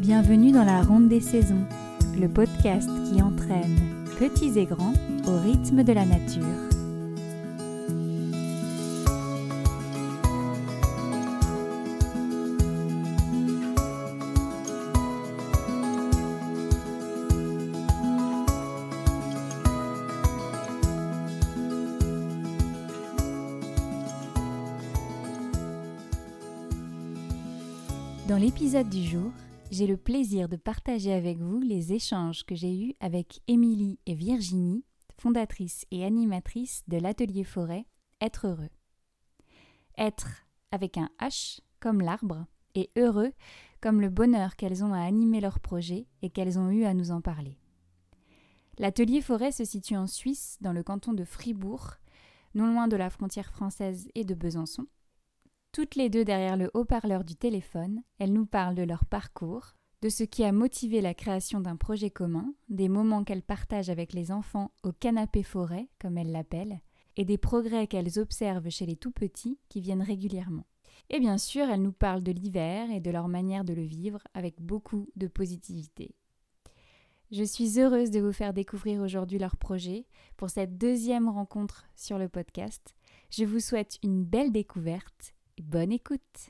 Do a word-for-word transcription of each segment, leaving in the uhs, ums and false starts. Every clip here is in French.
Bienvenue dans la Ronde des Saisons, le podcast qui entraîne petits et grands au rythme de la nature. Dans l'épisode du jour, j'ai le plaisir de partager avec vous les échanges que j'ai eus avec Émilie et Virginie, fondatrices et animatrices de l'atelier forêt Être heureux. Être avec un H comme l'arbre et heureux comme le bonheur qu'elles ont à animer leur projet et qu'elles ont eu à nous en parler. L'atelier forêt se situe en Suisse, dans le canton de Fribourg, non loin de la frontière française et de Besançon. Toutes les deux derrière le haut-parleur du téléphone, elles nous parlent de leur parcours, de ce qui a motivé la création d'un projet commun, des moments qu'elles partagent avec les enfants au canapé forêt, comme elles l'appellent, et des progrès qu'elles observent chez les tout-petits qui viennent régulièrement. Et bien sûr, elles nous parlent de l'hiver et de leur manière de le vivre avec beaucoup de positivité. Je suis heureuse de vous faire découvrir aujourd'hui leur projet pour cette deuxième rencontre sur le podcast. Je vous souhaite une belle découverte. Bonne écoute.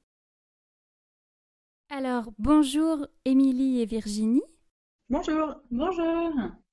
Alors, bonjour Émilie et Virginie. Bonjour. Bonjour.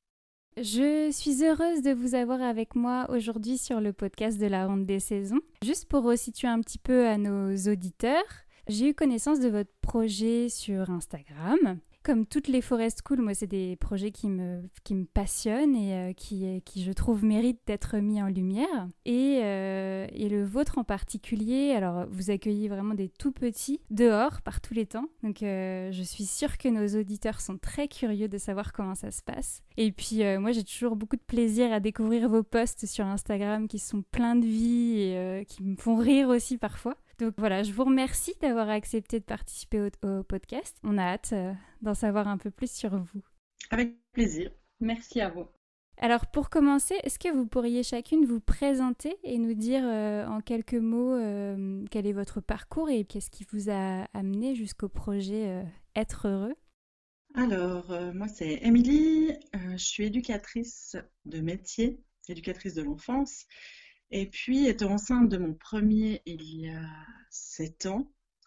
Je suis heureuse de vous avoir avec moi aujourd'hui sur le podcast de la Ronde des Saisons. Juste pour resituer un petit peu à nos auditeurs, j'ai eu connaissance de votre projet sur Instagram. Comme toutes les Forest School, moi, c'est des projets qui me, qui me passionnent et euh, qui, qui, je trouve, méritent d'être mis en lumière. Et, euh, et le vôtre en particulier, alors vous accueillez vraiment des tout petits dehors par tous les temps. Donc, euh, je suis sûre que nos auditeurs sont très curieux de savoir comment ça se passe. Et puis, euh, moi, j'ai toujours beaucoup de plaisir à découvrir vos posts sur Instagram qui sont pleins de vie et euh, qui me font rire aussi parfois. Donc voilà, je vous remercie d'avoir accepté de participer au, au podcast. On a hâte euh, d'en savoir un peu plus sur vous. Avec plaisir. Merci à vous. Alors pour commencer, est-ce que vous pourriez chacune vous présenter et nous dire euh, en quelques mots euh, quel est votre parcours et qu'est-ce qui vous a amené jusqu'au projet euh, Être heureux ? Alors, euh, moi c'est Émilie, euh, je suis éducatrice de métier, éducatrice de l'enfance. Et puis, étant enceinte de mon premier il y a sept ans,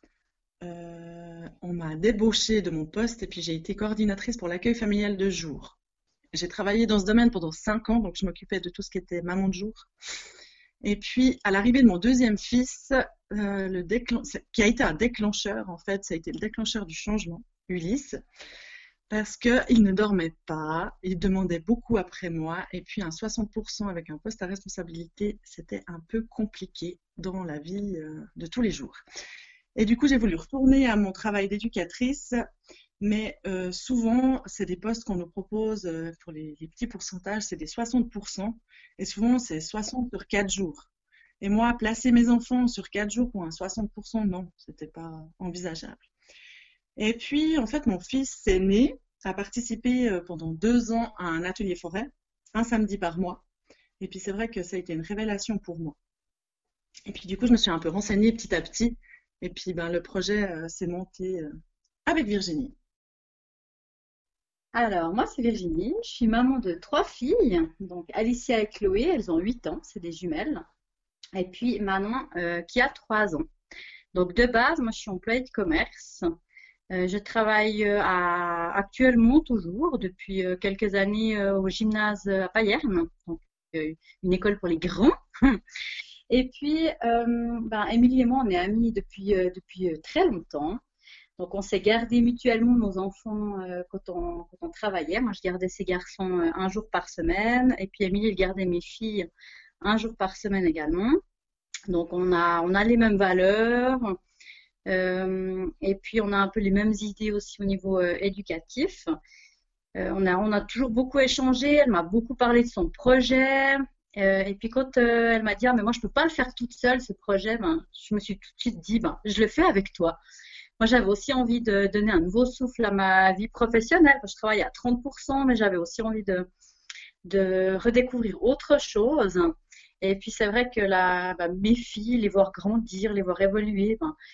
euh, on m'a débauchée de mon poste et puis j'ai été coordinatrice pour l'accueil familial de jour. J'ai travaillé dans ce domaine pendant cinq ans, donc je m'occupais de tout ce qui était maman de jour. Et puis, à l'arrivée de mon deuxième fils, euh, le déclen... qui a été un déclencheur, en fait, ça a été le déclencheur du changement, Ulysse, parce qu'il ne dormait pas, il demandait beaucoup après moi, et puis un soixante pour cent avec un poste à responsabilité, c'était un peu compliqué dans la vie euh, de tous les jours. Et du coup, j'ai voulu retourner à mon travail d'éducatrice, mais euh, souvent, c'est des postes qu'on nous propose euh, pour les, les petits pourcentages, c'est des soixante pour cent, et souvent, c'est soixante sur quatre jours. Et moi, placer mes enfants sur quatre jours pour un soixante pour cent, non, c'était pas envisageable. Et puis, en fait, mon fils aîné a participé pendant deux ans à un atelier forêt, un samedi par mois. Et puis, c'est vrai que ça a été une révélation pour moi. Et puis, du coup, je me suis un peu renseignée petit à petit. Et puis, ben, le projet euh, s'est monté euh, avec Virginie. Alors, moi, c'est Virginie. Je suis maman de trois filles. Donc, Alicia et Chloé, elles ont huit ans, c'est des jumelles. Et puis, Manon, euh, qui a trois ans. Donc, de base, moi, je suis employée de commerce. Euh, je travaille euh, à, actuellement toujours depuis euh, quelques années euh, au gymnase à Payerne, donc euh, une école pour les grands. Et puis, euh, ben, Émilie et moi, on est amies depuis, euh, depuis euh, très longtemps. Donc, on s'est gardé mutuellement nos enfants euh, quand, on, quand on travaillait. Moi, je gardais ces garçons euh, un jour par semaine, et puis Émilie, elle gardait mes filles un jour par semaine également. Donc, on a, on a les mêmes valeurs. Euh, et puis, on a un peu les mêmes idées aussi au niveau euh, éducatif. Euh, on a, on a toujours beaucoup échangé. Elle m'a beaucoup parlé de son projet. Euh, et puis, quand euh, elle m'a dit, ah, mais moi, je ne peux pas le faire toute seule, ce projet, ben, je me suis tout de suite dit, ben, je le fais avec toi. Moi, j'avais aussi envie de donner un nouveau souffle à ma vie professionnelle. Je travaille à trente pour cent, mais j'avais aussi envie de, de redécouvrir autre chose. Et puis, c'est vrai que la, ben, mes filles, les voir grandir, les voir évoluer, ben,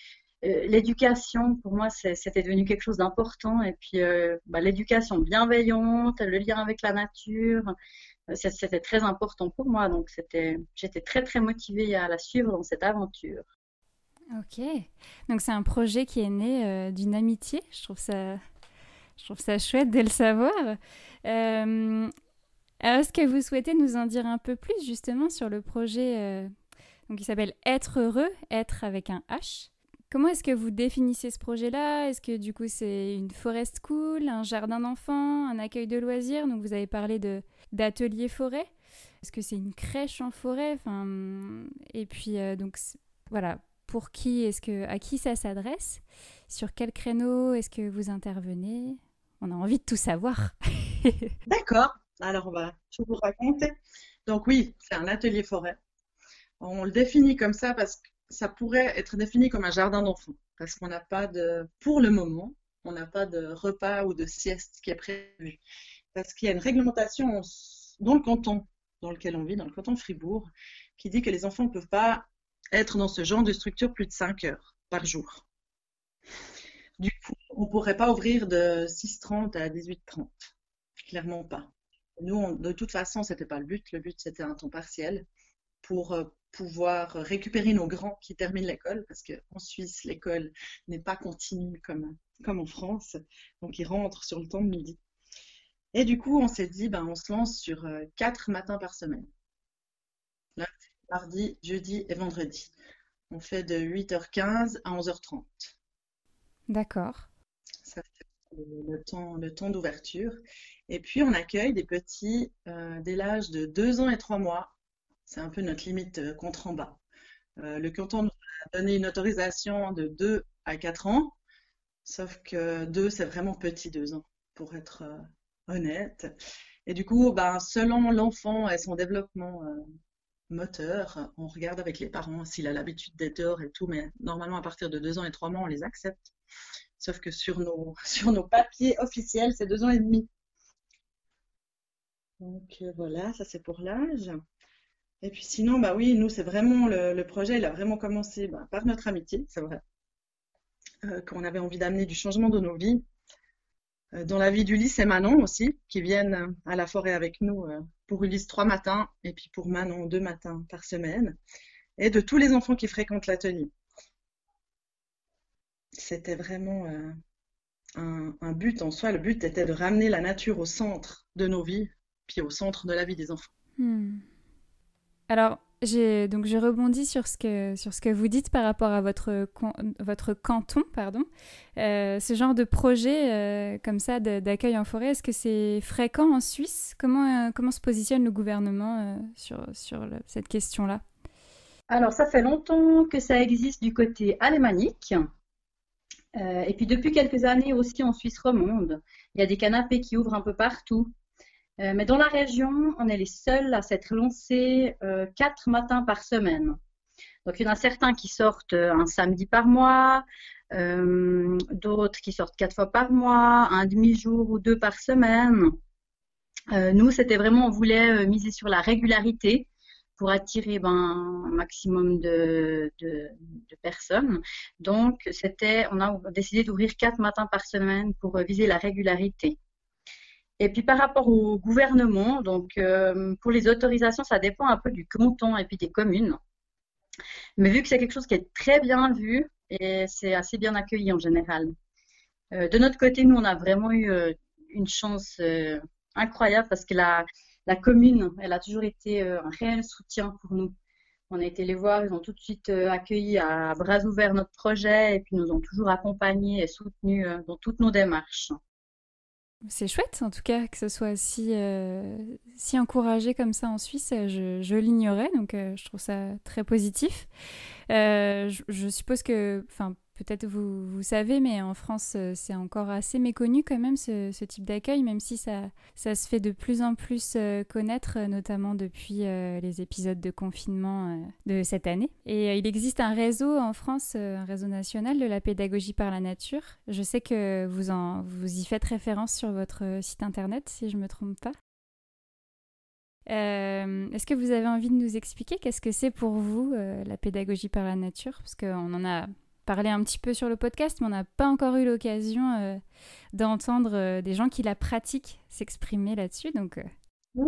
euh, l'éducation, pour moi, c'est- c'était devenu quelque chose d'important. Et puis, euh, bah, l'éducation bienveillante, le lien avec la nature, euh, c'est- c'était très important pour moi. Donc, c'était, j'étais très, très motivée à la suivre dans cette aventure. Ok. Donc c'est un projet qui est né euh, d'une amitié. Je trouve ça, je trouve ça chouette de le savoir. Euh, alors, est-ce que vous souhaitez nous en dire un peu plus justement sur le projet euh, donc, qui s'appelle Être heureux, être avec un H. Comment est-ce que vous définissez ce projet-là? Est-ce que du coup c'est une forest school, un jardin d'enfants, un accueil de loisirs? Donc vous avez parlé de, d'atelier forêt. Est-ce que c'est une crèche en forêt? Enfin, et puis euh, donc c'est- voilà, pour qui est-ce que, à qui ça s'adresse? Sur quel créneau est-ce que vous intervenez? On a envie de tout savoir. D'accord. Alors, on va tout vous raconter. Donc oui, c'est un atelier forêt. On le définit comme ça parce que ça pourrait être défini comme un jardin d'enfants. Parce qu'on n'a pas de, pour le moment, on n'a pas de repas ou de sieste qui est prévu. Parce qu'il y a une réglementation dans le canton dans lequel on vit, dans le canton de Fribourg, qui dit que les enfants ne peuvent pas être dans ce genre de structure plus de cinq heures par jour. Du coup, on ne pourrait pas ouvrir de six heures trente à dix-huit heures trente. Clairement pas. Nous, on- de toute façon, c'était pas le but. Le but, c'était un temps partiel pour euh, pouvoir récupérer nos grands qui terminent l'école, parce qu'en Suisse, l'école n'est pas continue comme, comme en France. Donc, ils rentrent sur le temps de midi. Et du coup, on s'est dit, ben, on se lance sur euh, quatre matins par semaine. Lundi, mardi, jeudi et vendredi. On fait de huit heures quinze à onze heures trente. D'accord. Ça fait le, le temps, le temps d'ouverture. Et puis, on accueille des petits euh, dès l'âge de deux ans et trois mois. C'est un peu notre limite euh, contre en bas. Euh, le canton nous a donné une autorisation de deux à quatre ans, sauf que deux, c'est vraiment petit, deux ans, pour être euh, honnête. Et du coup, ben, selon l'enfant et son développement euh, moteur, on regarde avec les parents s'il a l'habitude d'être dehors et tout, mais normalement, à partir de deux ans et trois mois, on les accepte. Sauf que sur nos, sur nos papiers officiels, c'est deux ans et demi. Donc euh, voilà, ça c'est pour l'âge. Et puis sinon, bah oui, nous, c'est vraiment le, le projet, il a vraiment commencé bah, par notre amitié, c'est vrai, euh, qu'on avait envie d'amener du changement dans nos vies. Euh, dans la vie d'Ulysse et Manon aussi, qui viennent euh, à la forêt avec nous euh, pour Ulysse trois matins et puis pour Manon deux matins par semaine. Et de tous les enfants qui fréquentent l'atelier. C'était vraiment euh, un, un but en soi. Le but était de ramener la nature au centre de nos vies, puis au centre de la vie des enfants. Hmm. Alors, j'ai, donc je rebondis sur ce, que, sur ce que vous dites par rapport à votre, con- votre canton. Pardon. Euh, ce genre de projet euh, comme ça de- d'accueil en forêt, est-ce que c'est fréquent en Suisse? Comment, euh, comment se positionne le gouvernement euh, sur, sur le- cette question-là? Alors, ça fait longtemps que ça existe du côté alémanique. Euh, et puis, depuis quelques années aussi en Suisse romande, il y a des canapés qui ouvrent un peu partout. Euh, mais dans la région, on est les seuls à s'être lancés euh, quatre matins par semaine. Donc, il y en a certains qui sortent euh, un samedi par mois, euh, d'autres qui sortent quatre fois par mois, un demi-jour ou deux par semaine. Euh, nous, c'était vraiment, on voulait euh, miser sur la régularité pour attirer ben, un maximum de, de, de personnes. Donc, c'était, on a décidé d'ouvrir quatre matins par semaine pour euh, viser la régularité. Et puis par rapport au gouvernement, donc euh, pour les autorisations, ça dépend un peu du canton et puis des communes. Mais vu que c'est quelque chose qui est très bien vu et c'est assez bien accueilli en général. Euh, de notre côté, nous, on a vraiment eu euh, une chance euh, incroyable parce que la, la commune, elle a toujours été euh, un réel soutien pour nous. On a été les voir, ils ont tout de suite euh, accueilli à bras ouverts notre projet et puis nous ont toujours accompagnés et soutenus euh, dans toutes nos démarches. C'est chouette, en tout cas, que ce soit si, euh, si encouragé comme ça en Suisse. Je, je l'ignorais, donc euh, je trouve ça très positif. Euh, je, je suppose que, enfin, peut-être vous, vous savez, mais en France, euh, c'est encore assez méconnu quand même ce, ce type d'accueil, même si ça, ça se fait de plus en plus euh, connaître, euh, notamment depuis euh, les épisodes de confinement euh, de cette année. Et euh, il existe un réseau en France, euh, un réseau national de la pédagogie par la nature. Je sais que vous, en, vous y faites référence sur votre site internet, si je ne me trompe pas. Euh, est-ce que vous avez envie de nous expliquer qu'est-ce que c'est pour vous euh, la pédagogie par la nature? Parce qu'on en a parlé un petit peu sur le podcast, mais on n'a pas encore eu l'occasion euh, d'entendre euh, des gens qui la pratiquent s'exprimer là-dessus. Donc, euh... Oui.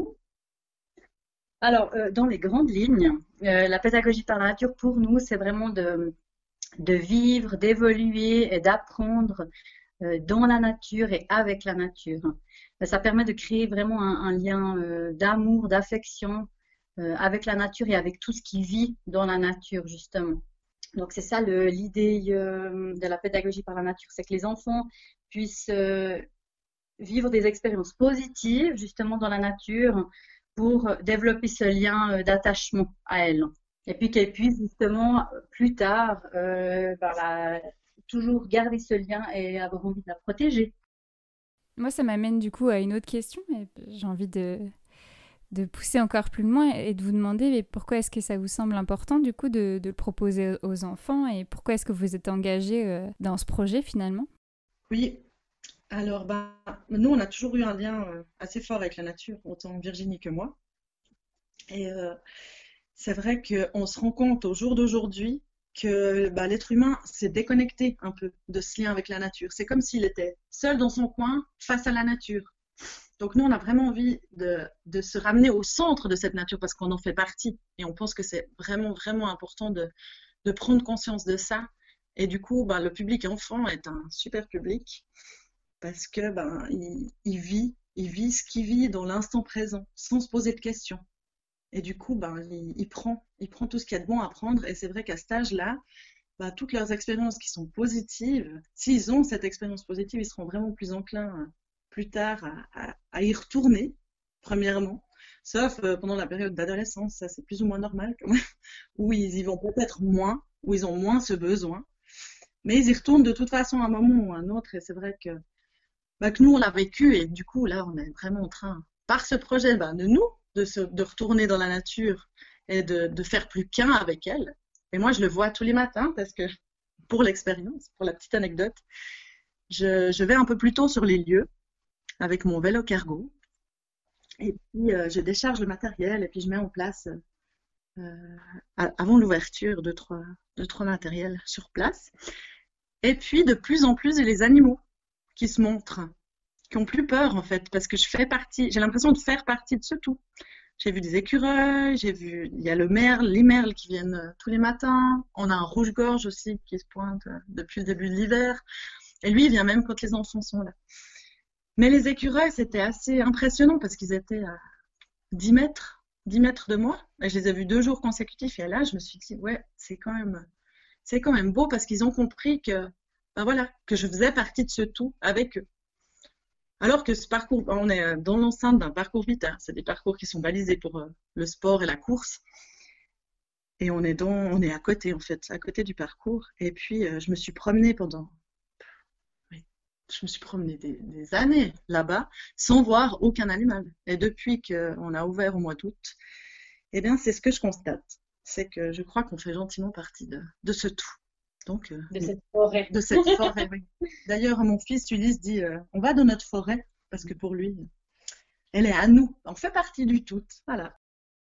Alors, euh, dans les grandes lignes, euh, la pédagogie par la nature, pour nous, c'est vraiment de, de vivre, d'évoluer et d'apprendre euh, dans la nature et avec la nature. Euh, Ça permet de créer vraiment un, un lien euh, d'amour, d'affection euh, avec la nature et avec tout ce qui vit dans la nature, justement. Donc, c'est ça le- l'idée euh, de la pédagogie par la nature, c'est que les enfants puissent euh, vivre des expériences positives, justement, dans la nature pour euh, développer ce lien euh, d'attachement à elle. Et puis qu'elle puisse, justement, plus tard, euh, bah, la- toujours garder ce lien et avoir envie de la protéger. moi, ça m'amène du coup à une autre question. Et j'ai envie de, de pousser encore plus loin et de vous demander mais pourquoi est-ce que ça vous semble important du coup de, de le proposer aux enfants et pourquoi est-ce que vous êtes engagé euh, dans ce projet finalement? Oui, alors ben, nous, on a toujours eu un lien euh, assez fort avec la nature, autant Virginie que moi. Et euh, c'est vrai qu'on se rend compte au jour d'aujourd'hui que bah, l'être humain s'est déconnecté un peu de ce lien avec la nature. C'est comme s'il était seul dans son coin face à la nature. Donc nous, on a vraiment envie de, de se ramener au centre de cette nature parce qu'on en fait partie. Et on pense que c'est vraiment, vraiment important de, de prendre conscience de ça. Et du coup, bah, le public enfant est un super public parce que ben, il, il vit, il vit ce qu'il vit dans l'instant présent, sans se poser de questions. Et du coup, ben, il, il prend, il prend tout ce qu'il y a de bon à prendre. Et c'est vrai qu'à cet âge-là, ben, toutes leurs expériences qui sont positives, s'ils ont cette expérience positive, ils seront vraiment plus enclins euh, plus tard à, à- à y retourner, premièrement. Sauf euh, pendant la période d'adolescence, ça c'est plus ou moins normal quand même, où ils y vont peut-être moins, où ils ont moins ce besoin. Mais ils y retournent de toute façon à un moment ou à un autre. Et c'est vrai que, bah, que nous, on l'a vécu. Et du coup, là, on est vraiment en train, par ce projet, bah, de nous, de, se, de retourner dans la nature et de, de faire plus qu'un avec elle. Et moi, je le vois tous les matins parce que, pour l'expérience, pour la petite anecdote, je, je vais un peu plus tôt sur les lieux avec mon vélo cargo. Et puis, euh, je décharge le matériel et puis je mets en place, euh, a- avant l'ouverture, deux, trois, deux, trois matériels sur place. Et puis, de plus en plus, il y a les animaux qui se montrent, qui ont plus peur en fait, parce que je fais partie, j'ai l'impression de faire partie de ce tout. J'ai vu des écureuils, j'ai vu, il y a le merle, les merles qui viennent euh, tous les matins. On a un rouge-gorge aussi qui se pointe euh, depuis le début de l'hiver. Et lui, il vient même quand les enfants sont là. Mais les écureuils, c'était assez impressionnant parce qu'ils étaient à dix mètres, dix mètres de moi. Et je les ai vus deux jours consécutifs. Et là, je me suis dit, ouais, c'est quand même, c'est quand même beau parce qu'ils ont compris que, ben voilà, que je faisais partie de ce tout avec eux. Alors que ce parcours, on est dans l'enceinte d'un parcours vita. C'est des parcours qui sont balisés pour euh, le sport et la course. Et on est dans, on est à côté, en fait, à côté du parcours. Et puis, euh, je me suis promenée pendant, oui, je me suis promenée des, des années là-bas sans voir aucun animal. Et depuis qu'on a ouvert au mois d'août, eh bien, c'est ce que je constate. C'est que je crois qu'on fait gentiment partie de, de ce tout. Donc, euh, De oui, cette forêt. de cette forêt, oui. D'ailleurs, mon fils Ulysse dit, euh, on va dans notre forêt, parce que pour lui, elle est à nous. On fait partie du tout. Voilà.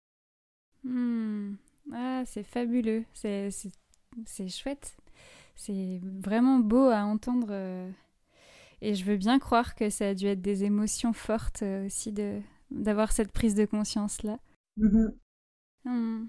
Hmm. Ah, c'est fabuleux, c'est, c'est, c'est chouette, c'est vraiment beau à entendre euh, et je veux bien croire que ça a dû être des émotions fortes euh, aussi de, d'avoir cette prise de conscience-là. Mhm. Hmm.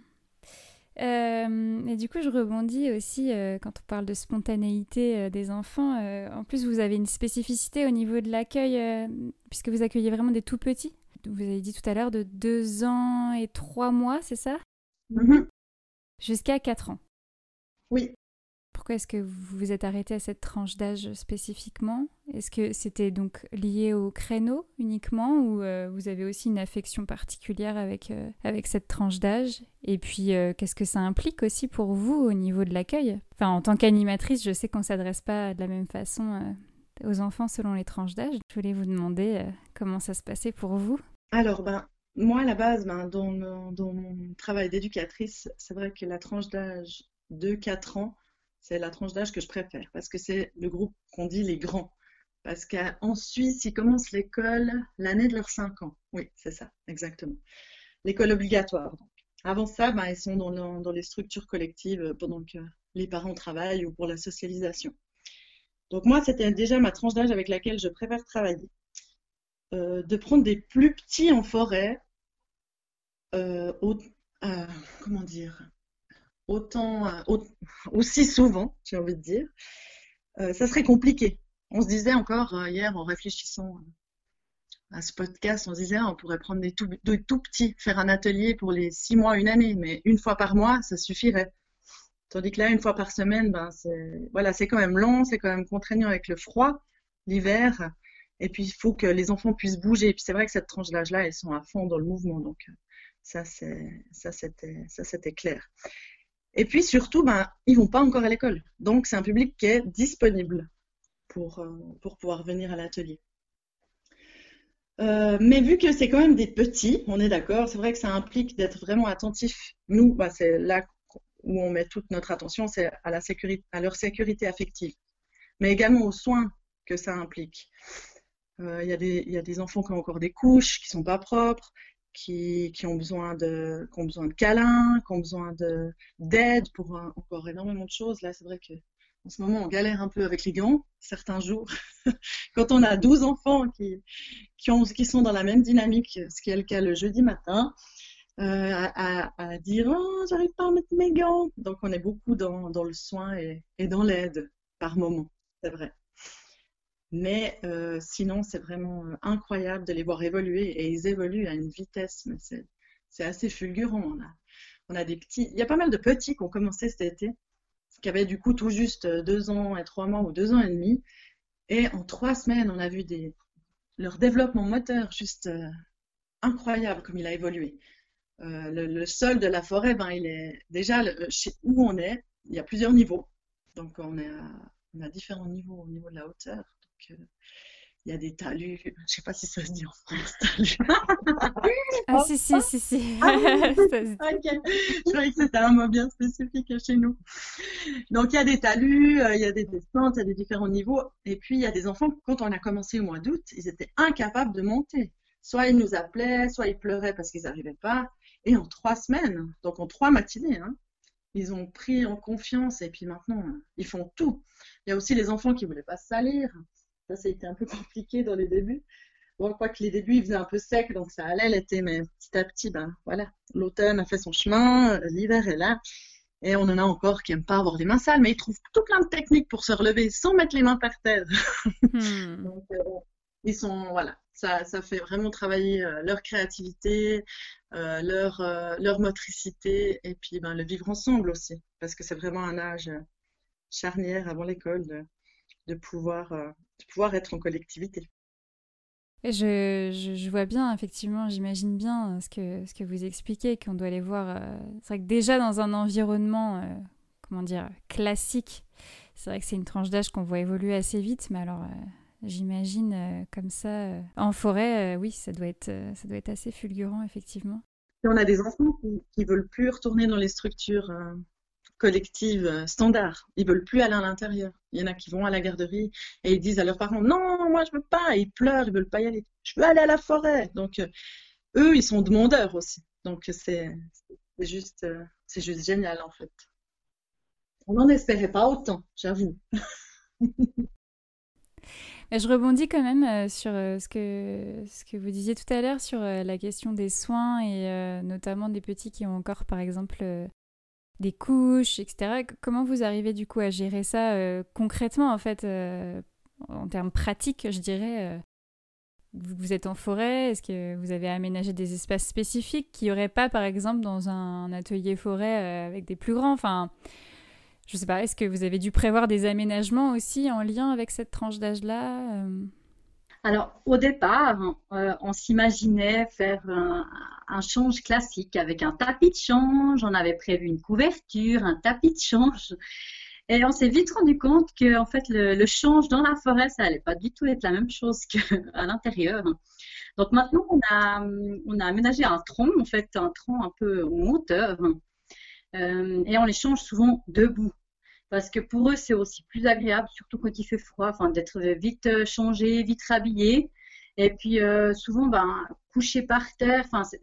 Euh, et du coup, je rebondis aussi euh, quand on parle de spontanéité euh, des enfants. Euh, en plus, vous avez une spécificité au niveau de l'accueil, euh, puisque vous accueillez vraiment des tout petits. Vous avez dit tout à l'heure de deux ans et trois mois, c'est ça? Mhm. Jusqu'à quatre ans. Oui. Pourquoi est-ce que vous vous êtes arrêté à cette tranche d'âge spécifiquement? Est-ce que c'était donc lié au créneau uniquement ou euh, vous avez aussi une affection particulière avec, euh, avec cette tranche d'âge? Et puis, euh, qu'est-ce que ça implique aussi pour vous au niveau de l'accueil? Enfin, en tant qu'animatrice, je sais qu'on ne s'adresse pas de la même façon euh, aux enfants selon les tranches d'âge. Je voulais vous demander euh, comment ça se passait pour vous. Alors, ben, moi, à la base, ben, dans, mon- dans mon travail d'éducatrice, c'est vrai que la tranche d'âge de quatre ans, c'est la tranche d'âge que je préfère parce que c'est le groupe qu'on dit les grands. Parce qu'en Suisse, ils commencent l'école l'année de leurs cinq ans. Oui, c'est ça, exactement. L'école obligatoire. Donc. Avant ça, ben, ils sont dans, le- dans les structures collectives pendant que les parents travaillent ou pour la socialisation. Donc moi, c'était déjà ma tranche d'âge avec laquelle je préfère travailler. Euh, de prendre des plus petits en forêt, euh, au- euh, comment dire, autant, euh, au- aussi souvent, j'ai envie de dire, euh, ça serait compliqué. On se disait encore euh, hier en réfléchissant à ce podcast, on se disait, ah, on pourrait prendre des tout, des tout petits, faire un atelier pour les six mois, une année, mais une fois par mois, ça suffirait. Tandis que là, une fois par semaine, ben, c'est, voilà, c'est quand même long, c'est quand même contraignant avec le froid, l'hiver. Et puis, il faut que les enfants puissent bouger. Et puis, c'est vrai que cette tranche d'âge-là, elles sont à fond dans le mouvement. Donc, euh, ça, c'est, ça, c'était, ça, c'était clair. Et puis, surtout, ben, ils vont pas encore à l'école. Donc, c'est un public qui est disponible pour, euh, pour pouvoir venir à l'atelier. Euh, mais vu que c'est quand même des petits, on est d'accord, c'est vrai que ça implique d'être vraiment attentif. Nous, bah, c'est là où on met toute notre attention, c'est à la sécurité, à leur sécurité affective, mais également aux soins que ça implique. Euh, Il y a des, il y a des enfants qui ont encore des couches qui sont pas propres, qui, qui ont besoin de, qui ont besoin de câlins, qui ont besoin de, d'aide pour euh, encore énormément de choses. Là, c'est vrai que en ce moment, on galère un peu avec les gants, certains jours. Quand on a douze enfants qui, qui, ont, qui sont dans la même dynamique, ce qui est le cas le jeudi matin, euh, à, à, à dire oh, j'arrive pas à mettre mes gants. Donc on est beaucoup dans, dans le soin et, et dans l'aide par moment, c'est vrai. Mais euh, sinon, c'est vraiment euh, incroyable de les voir évoluer et ils évoluent à une vitesse, mais c'est, c'est assez fulgurant. On a, on a des petits, il y a pas mal de petits qui ont commencé cet été, qui avaient du coup tout juste deux ans et trois mois ou deux ans et demi. Et en trois semaines, on a vu des, leur développement moteur juste euh, incroyable comme il a évolué. Euh, le, le sol de la forêt, ben, il est déjà le, chez où on est, il y a plusieurs niveaux. Donc on est à, on a différents niveaux au niveau de la hauteur. Donc, euh, il y a des talus, je ne sais pas si ça se dit en France, talus. Ah si, si, si, si. Ah oui, Ça se- ok. Je croyais que c'était un mot bien spécifique chez nous. Donc il y a des talus, euh, il y a des descentes, il y a des différents niveaux. Et puis il y a des enfants, quand on a commencé au mois d'août, ils étaient incapables de monter. Soit ils nous appelaient, soit ils pleuraient parce qu'ils n'arrivaient pas. Et en trois semaines, donc en trois matinées, hein, ils ont pris en confiance et puis maintenant, ils font tout. Il y a aussi les enfants qui ne voulaient pas se salir. Ça, ça a été un peu compliqué dans les débuts. Bon, quoi que les débuts, il faisait un peu sec, donc ça allait l'été, mais petit à petit, ben voilà, l'automne a fait son chemin, l'hiver est là. Et on en a encore qui n'aiment pas avoir les mains sales, mais ils trouvent tout plein de techniques pour se relever sans mettre les mains par terre. Hmm. Donc, euh, ils sont, voilà, ça, ça fait vraiment travailler euh, leur créativité, euh, leur, euh, leur motricité, et puis ben, le vivre ensemble aussi, parce que c'est vraiment un âge euh, charnière avant l'école de, de pouvoir, euh, de pouvoir être en collectivité. Et Je, je, je vois bien, effectivement, j'imagine bien euh, ce que, ce que vous expliquez, qu'on doit les voir. euh, C'est vrai que déjà dans un environnement, euh, comment dire, classique, c'est vrai que c'est une tranche d'âge qu'on voit évoluer assez vite, mais alors euh, j'imagine euh, comme ça, euh, en forêt, euh, oui, ça doit être, euh, ça doit être assez fulgurant, effectivement. Et on a des enfants qui ne veulent plus retourner dans les structures euh, collectives euh, standards. Ils veulent plus aller à l'intérieur. Il y en a qui vont à la garderie et ils disent à leurs parents, non, moi je veux pas. Et ils pleurent, ils veulent pas y aller. Je veux aller à la forêt. Donc euh, eux, ils sont demandeurs aussi. Donc c'est c'est juste, euh, c'est juste génial en fait. On n'en espérait pas autant, j'avoue. Mais je rebondis quand même euh, sur euh, ce que, ce que vous disiez tout à l'heure sur euh, la question des soins et euh, notamment des petits qui ont encore, par exemple, euh, des couches, et cetera. C- Comment vous arrivez du coup à gérer ça euh, concrètement, en fait, euh, en termes pratiques, je dirais euh, vous, vous êtes en forêt, est-ce que vous avez aménagé des espaces spécifiques qu'il n'y aurait pas, par exemple, dans un atelier forêt euh, avec des plus grands, enfin, je sais pas, est-ce que vous avez dû prévoir des aménagements aussi en lien avec cette tranche d'âge-là euh Alors, au départ, euh, on s'imaginait faire un, un change classique avec un tapis de change. On avait prévu une couverture, un tapis de change. Et on s'est vite rendu compte que, en fait, le, le change dans la forêt, ça allait pas du tout être la même chose qu'à l'intérieur. Donc maintenant, on a, on a aménagé un tronc, en fait, un tronc un peu en hauteur. Euh, et on les change souvent debout. Parce que pour eux, c'est aussi plus agréable, surtout quand il fait froid, enfin, d'être vite euh, changé, vite rhabillé. Et puis, euh, souvent, ben, couché par terre, enfin, c'est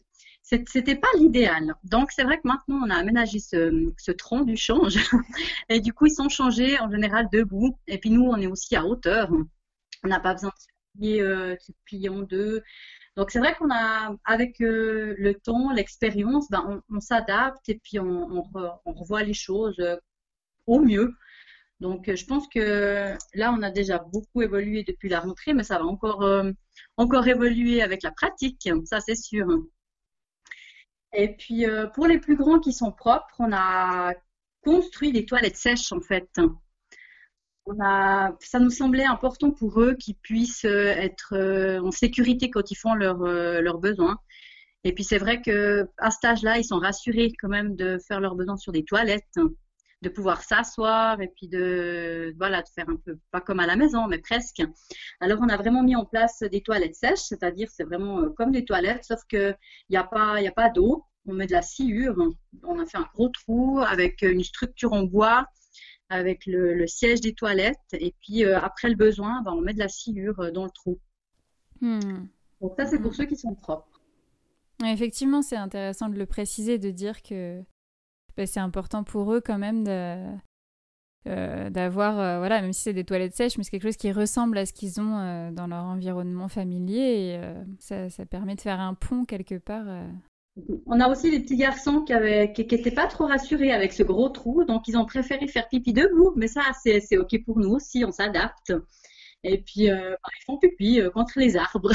c'était pas l'idéal. Donc, c'est vrai que maintenant, on a aménagé ce, ce tronc du change. Et du coup, ils sont changés en général debout. Et puis, nous, on est aussi à hauteur. On n'a pas besoin de se plier, euh, de se plier en deux. Donc, c'est vrai qu'on a, avec euh, le temps, l'expérience, ben, on, on s'adapte et puis on, on, re- on revoit les choses euh, au mieux. Donc, euh, je pense que là, on a déjà beaucoup évolué depuis la rentrée, mais ça va encore, euh, encore évoluer avec la pratique, ça c'est sûr. Et puis, euh, pour les plus grands qui sont propres, on a construit des toilettes sèches en fait. On a, ça nous semblait important pour eux qu'ils puissent euh, être euh, en sécurité quand ils font leurs euh, leurs besoins. Et puis, c'est vrai que à cet âge-là, ils sont rassurés quand même de faire leurs besoins sur des toilettes, de pouvoir s'asseoir et puis de, voilà, de faire un peu, pas comme à la maison, mais presque. Alors, on a vraiment mis en place des toilettes sèches, c'est-à-dire c'est vraiment euh, comme des toilettes, sauf qu'il n'y a pas, il y a pas d'eau. On met de la sciure. On a fait un gros trou avec une structure en bois, avec le, le siège des toilettes. Et puis, euh, après le besoin, ben, on met de la sciure euh, dans le trou. Hmm. Donc, ça, c'est Mhm. pour ceux qui sont propres. Ouais, effectivement, c'est intéressant de le préciser, de dire que bah, c'est important pour eux quand même de, euh, d'avoir, euh, voilà, même si c'est des toilettes sèches, mais c'est quelque chose qui ressemble à ce qu'ils ont euh, dans leur environnement familier et euh, ça, ça permet de faire un pont quelque part. euh. On a aussi des petits garçons qui avaient, qui, qui étaient pas trop rassurés avec ce gros trou, donc ils ont préféré faire pipi debout. Mais ça, c'est, c'est OK pour nous aussi, on s'adapte. Et puis, euh, bah, ils font pipi euh, contre les arbres.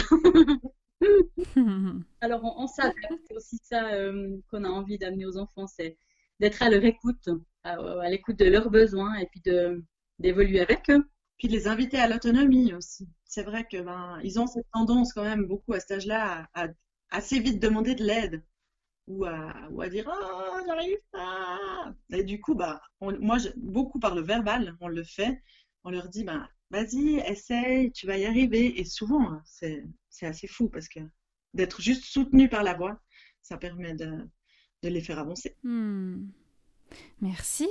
Alors, on, on s'adapte. C'est aussi ça euh, qu'on a envie d'amener aux enfants, c'est d'être à leur écoute, à, à l'écoute de leurs besoins et puis de, d'évoluer avec eux. Puis de les inviter à l'autonomie aussi. C'est vrai que ben, ils ont cette tendance quand même beaucoup à cet âge-là à, à assez vite demander de l'aide ou à, ou à dire oh j'arrive pas. Et du coup bah on- moi je- beaucoup par le verbal on le fait. On leur dit bah vas-y essaye tu vas y arriver et souvent hein, c'est c'est assez fou parce que d'être juste soutenu par la voix ça permet de, de les faire avancer. Hmm. Merci.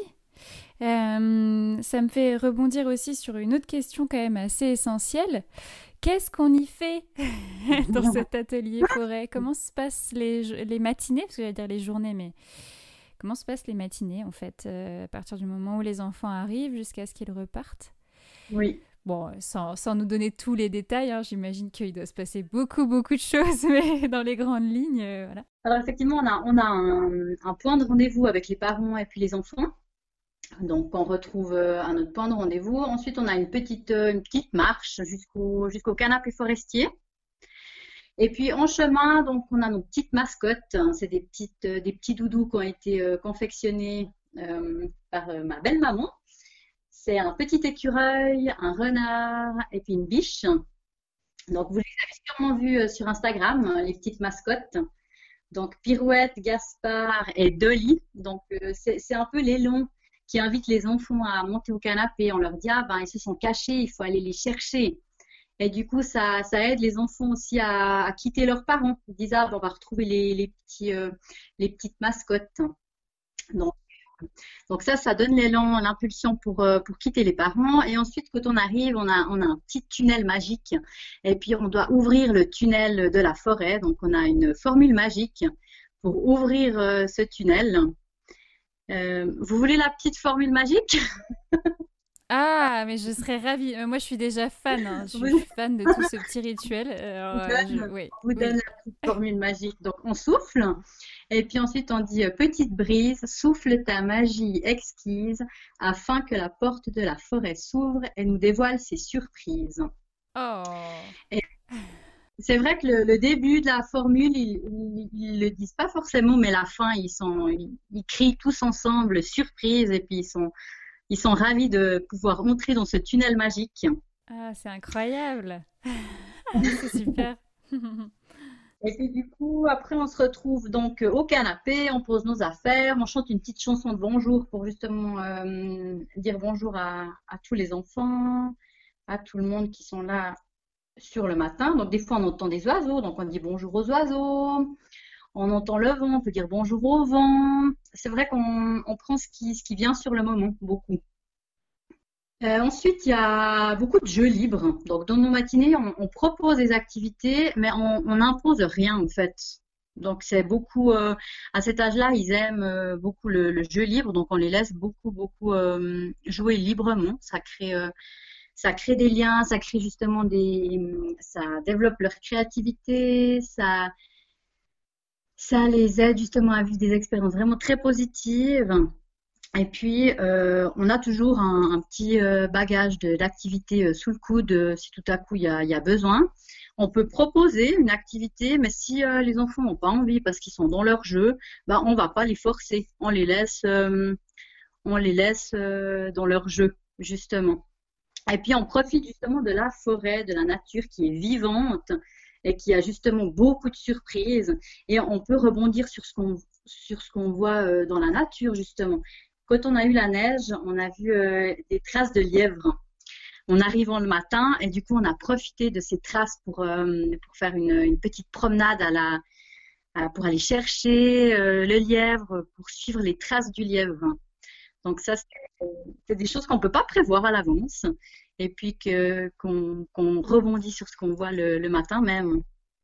Euh, ça me fait rebondir aussi sur une autre question quand même assez essentielle. Qu'est-ce qu'on y fait dans cet atelier forêt? Comment se passent les, jo- les matinées? Parce que j'allais dire les journées, mais comment se passent les matinées en fait, euh, à partir du moment où les enfants arrivent jusqu'à ce qu'ils repartent? Oui. Bon, sans, sans nous donner tous les détails, hein, j'imagine qu'il doit se passer beaucoup, beaucoup de choses, mais dans les grandes lignes, euh, voilà. Alors, effectivement, on a, on a un, un point de rendez-vous avec les parents et puis les enfants. Donc, on retrouve euh, un autre point de rendez-vous. Ensuite, on a une petite, euh, une petite marche jusqu'au jusqu'au canapé forestier. Et puis, en chemin, donc, on a nos petites mascottes. Hein. C'est des petites, euh, des petits doudous qui ont été euh, confectionnés euh, par euh, ma belle-maman. C'est un petit écureuil, un renard et puis une biche. Donc, vous les avez sûrement vus euh, sur Instagram, hein, les petites mascottes. Donc, Pirouette, Gaspard et Dolly. Donc, euh, c'est c'est un peu l'élan qui invite les enfants à monter au canapé. On leur dit, ah ben, ils se sont cachés, il faut aller les chercher. Et du coup, ça, ça aide les enfants aussi à, à quitter leurs parents. Ils disent, ah ben, on va retrouver les, les petits, euh, les petites mascottes. Donc, donc ça, ça donne l'élan, l'impulsion pour, euh, pour quitter les parents. Et ensuite, quand on arrive, on a, on a un petit tunnel magique. Et puis, on doit ouvrir le tunnel de la forêt. Donc, on a une formule magique pour ouvrir euh, ce tunnel. Euh, vous voulez la petite formule magique? Ah, mais je serais ravie. Euh, moi, je suis déjà fan, hein. Je, suis, je Vous- suis fan de tout ce petit rituel. Alors, vous euh, je- donne, oui, on vous donne oui. la petite formule magique. Donc, on souffle. Et puis ensuite, on dit euh, petite brise, souffle ta magie exquise afin que la porte de la forêt s'ouvre et nous dévoile ses surprises. Oh. Et c'est vrai que le, le début de la formule, ils, ils, ils le disent pas forcément, mais la fin, ils sont, ils, ils crient tous ensemble surprise et puis ils sont, ils sont ravis de pouvoir entrer dans ce tunnel magique. Ah, c'est incroyable. C'est super. Et puis du coup, après, on se retrouve donc euh, au canapé, on pose nos affaires, on chante une petite chanson de bonjour pour justement euh, dire bonjour à, à tous les enfants, à tout le monde qui sont là sur le matin. Donc des fois, on entend des oiseaux, donc on dit bonjour aux oiseaux. On entend le vent, on peut dire bonjour au vent. C'est vrai qu'on on prend ce qui, ce qui vient sur le moment, beaucoup. Euh, ensuite, il y a beaucoup de jeux libres. Donc, dans nos matinées, on, on propose des activités, mais on on n'impose rien en fait. Donc c'est beaucoup, euh, à cet âge-là, ils aiment euh, beaucoup le, le jeu libre, donc on les laisse beaucoup, beaucoup euh, jouer librement. Ça crée, euh, ça crée des liens, ça crée justement des, ça développe leur créativité, ça, ça les aide justement à vivre des expériences vraiment très positives. Et puis, euh, on a toujours un, un petit euh, bagage de- d'activités euh, sous le coude euh, si tout à coup il y a, il y a besoin. On peut proposer une activité, mais si euh, les enfants n'ont pas envie parce qu'ils sont dans leur jeu, bah, on va pas les forcer. On les laisse, euh, on les laisse euh, dans leur jeu, justement. Et puis, on profite justement de la forêt, de la nature qui est vivante et qui a justement beaucoup de surprises. Et on peut rebondir sur ce qu'on sur ce qu'on voit euh, dans la nature, justement. Quand on a eu la neige, on a vu euh, des traces de lièvres en arrivant le matin et du coup, on a profité de ces traces pour, euh, pour faire une, une petite promenade à la, à- pour aller chercher euh, le lièvre, pour suivre les traces du lièvre. Donc ça, c'est c'est des choses qu'on ne peut pas prévoir à l'avance et puis que, qu'on, qu'on rebondit sur ce qu'on voit le, le matin même.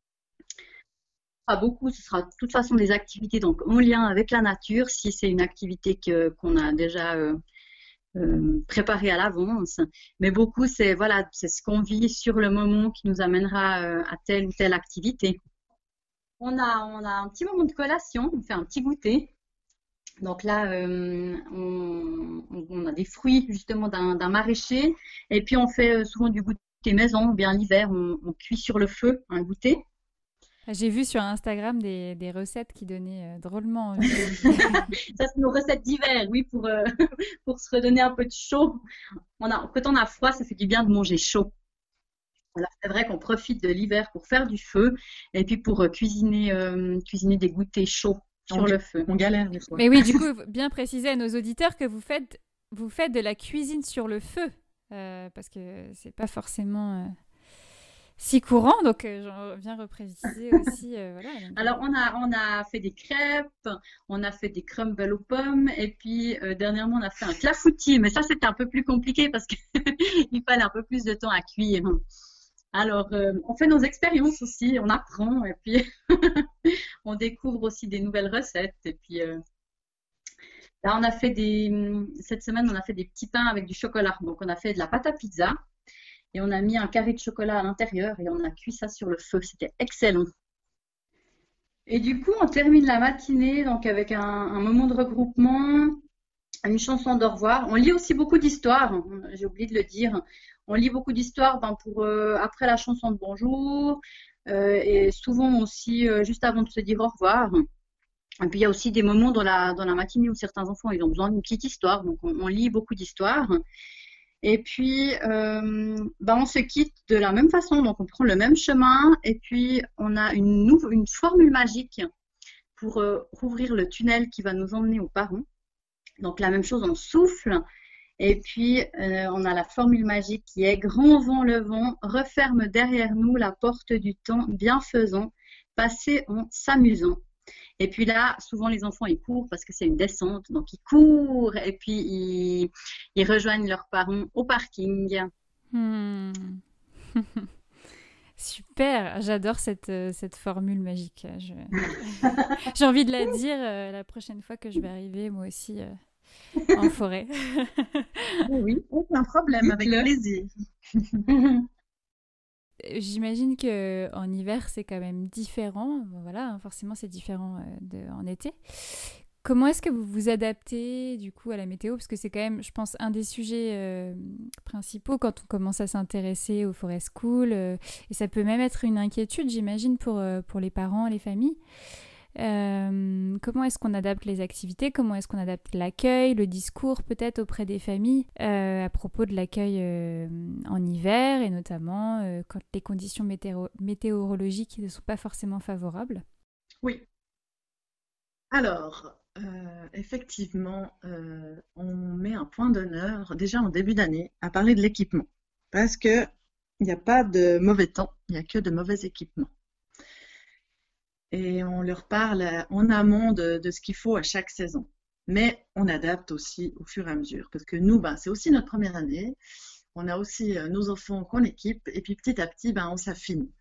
Pas beaucoup, ce sera de toute façon des activités donc en lien avec la nature, si c'est une activité que, qu'on a déjà euh, euh, préparée à l'avance. Mais beaucoup, c'est voilà, c'est ce qu'on vit sur le moment qui nous amènera euh, à telle ou telle activité. On a, on a un petit moment de collation, on fait un petit goûter. Donc là, euh, on, on a des fruits justement d'un d'un maraîcher. Et puis on fait euh, souvent du goûter maison, ou bien l'hiver, on, on cuit sur le feu un goûter. J'ai vu sur Instagram des, des recettes qui donnaient euh, drôlement envie. Ça, c'est nos recettes d'hiver, oui, pour, euh, pour se redonner un peu de chaud. On a, quand on a froid, ça fait du bien de manger chaud. Alors, c'est vrai qu'on profite de l'hiver pour faire du feu et puis pour euh, cuisiner, euh, cuisiner des goûters chauds On, sur ga- le feu. on galère des fois. Mais oui, du coup, bien préciser à nos auditeurs que vous faites, vous faites de la cuisine sur le feu, euh, parce que c'est pas forcément euh, si courant, donc euh, j'en viens repréciser aussi. euh, voilà, donc, euh, Alors, on a, on a fait des crêpes, on a fait des crumbles aux pommes, et puis euh, dernièrement, on a fait un clafoutis. Mais ça, c'était un peu plus compliqué parce qu'il fallait un peu plus de temps à cuire. Alors, euh, on fait nos expériences aussi, on apprend, et puis on découvre aussi des nouvelles recettes. Et puis euh, là, on a fait des, cette semaine, on a fait des petits pains avec du chocolat. Donc, on a fait de la pâte à pizza et on a mis un carré de chocolat à l'intérieur et on a cuit ça sur le feu. C'était excellent. Et du coup, on termine la matinée donc avec un, un moment de regroupement, une chanson d'au revoir. On lit aussi beaucoup d'histoires, j'ai oublié de le dire. On lit beaucoup d'histoires ben, pour euh, après la chanson de bonjour euh, et souvent aussi euh, juste avant de se dire au revoir. Et puis il y a aussi des moments dans la, dans la matinée où certains enfants ils ont besoin d'une petite histoire, donc on, on lit beaucoup d'histoires. Et puis, euh, ben, on se quitte de la même façon, donc on prend le même chemin et puis on a une, nou- une formule magique pour euh, rouvrir le tunnel qui va nous emmener aux parents. Donc la même chose, on souffle et puis euh, on a la formule magique qui est grand vent le vent, referme derrière nous la porte du temps bienfaisant, passer en s'amusant. Et puis là, souvent les enfants ils courent parce que c'est une descente, donc ils courent et puis ils, ils rejoignent leurs parents au parking. hmm. Super, j'adore cette, euh, cette formule magique. Je- J'ai envie de la dire euh, la prochaine fois que je vais arriver, moi aussi, euh, en forêt. Oui, aucun problème, avec Dites-le. plaisir. J'imagine que en hiver, c'est quand même différent. Bon, voilà, hein, forcément, c'est différent euh, de, en été. Comment est-ce que vous vous adaptez du coup à la météo? Parce que c'est quand même, je pense, un des sujets euh, principaux quand on commence à s'intéresser au forest school. euh, et ça peut même être une inquiétude, j'imagine, pour, euh, pour les parents, les familles. Euh, comment est-ce qu'on adapte les activités? Comment est-ce qu'on adapte l'accueil, le discours peut-être auprès des familles euh, à propos de l'accueil euh, en hiver et notamment euh, quand les conditions météo- météorologiques ne sont pas forcément favorables? Oui, alors, euh, effectivement, euh, on met un point d'honneur déjà en début d'année à parler de l'équipement. Parce que il n'y a pas de mauvais temps, il n'y a que de mauvais équipements. Et on leur parle euh, en amont de, de ce qu'il faut à chaque saison. Mais on adapte aussi au fur et à mesure. Parce que nous, ben, c'est aussi notre première année. On a aussi euh, nos enfants qu'on équipe. Et puis petit à petit, ben, on s'affine.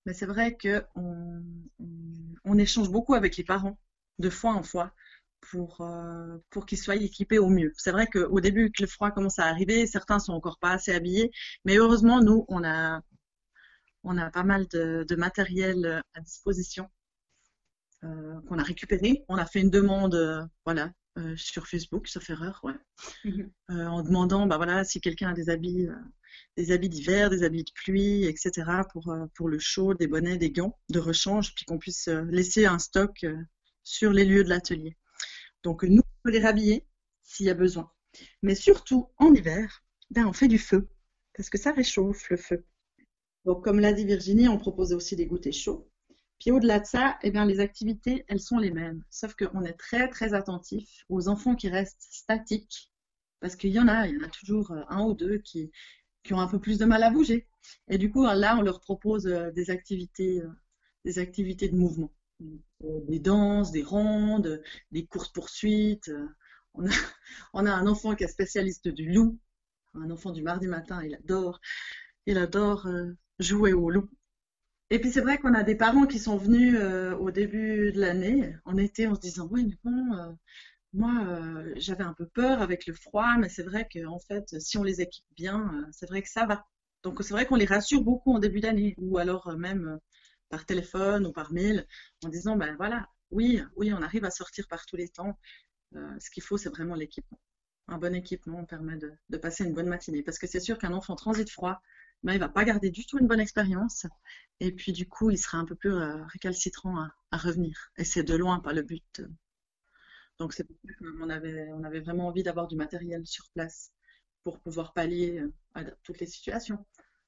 Mais c'est vrai qu'on on, on échange beaucoup avec les parents, de fois en fois, pour, euh, pour qu'ils soient équipés au mieux. C'est vrai qu'au début, que le froid commence à arriver, certains sont encore pas assez habillés, mais heureusement, nous, on a, on a pas mal de, de matériel à disposition euh, qu'on a récupéré. On a fait une demande, euh, voilà, euh, sur Facebook, sauf erreur, ouais, Mhm. euh, en demandant, bah voilà, si quelqu'un a des habits, euh, des habits d'hiver, des habits de pluie, et cetera pour, euh, pour le chaud, des bonnets, des gants de rechange, puis qu'on puisse euh, laisser un stock euh, sur les lieux de l'atelier. Donc nous, on peut les rhabiller s'il y a besoin. Mais surtout, en hiver, ben, on fait du feu, parce que ça réchauffe le feu. Donc comme l'a dit Virginie, on proposait aussi des goûters chauds. Puis au-delà de ça, eh bien, les activités, elles sont les mêmes. Sauf qu'on est très, très attentif aux enfants qui restent statiques. Parce qu'il y en a, il y en a toujours euh, un ou deux qui, qui ont un peu plus de mal à bouger. Et du coup, là, on leur propose euh, des activités, euh, des activités de mouvement. Euh, Des danses, des rondes, des courses-poursuites. Euh, On a, on a un enfant qui est spécialiste du loup, un enfant du mardi matin, il adore, il adore euh, jouer au loup. Et puis c'est vrai qu'on a des parents qui sont venus euh, au début de l'année, en été, en se disant, oui, mais bon, euh, moi, euh, j'avais un peu peur avec le froid, mais c'est vrai qu'en fait, si on les équipe bien, euh, c'est vrai que ça va. Donc c'est vrai qu'on les rassure beaucoup en début d'année, ou alors euh, même euh, par téléphone ou par mail, en disant, ben voilà, oui, oui, on arrive à sortir par tous les temps. Euh, ce qu'il faut, c'est vraiment l'équipement. Un bon équipement permet de, de passer une bonne matinée. Parce que c'est sûr qu'un enfant transit froid, ben, il ne va pas garder du tout une bonne expérience. Et puis du coup, il sera un peu plus euh, récalcitrant à, à revenir. Et c'est de loin pas le but. Donc c'est pour ça qu'on avait, on avait vraiment envie d'avoir du matériel sur place pour pouvoir pallier euh, à toutes les situations.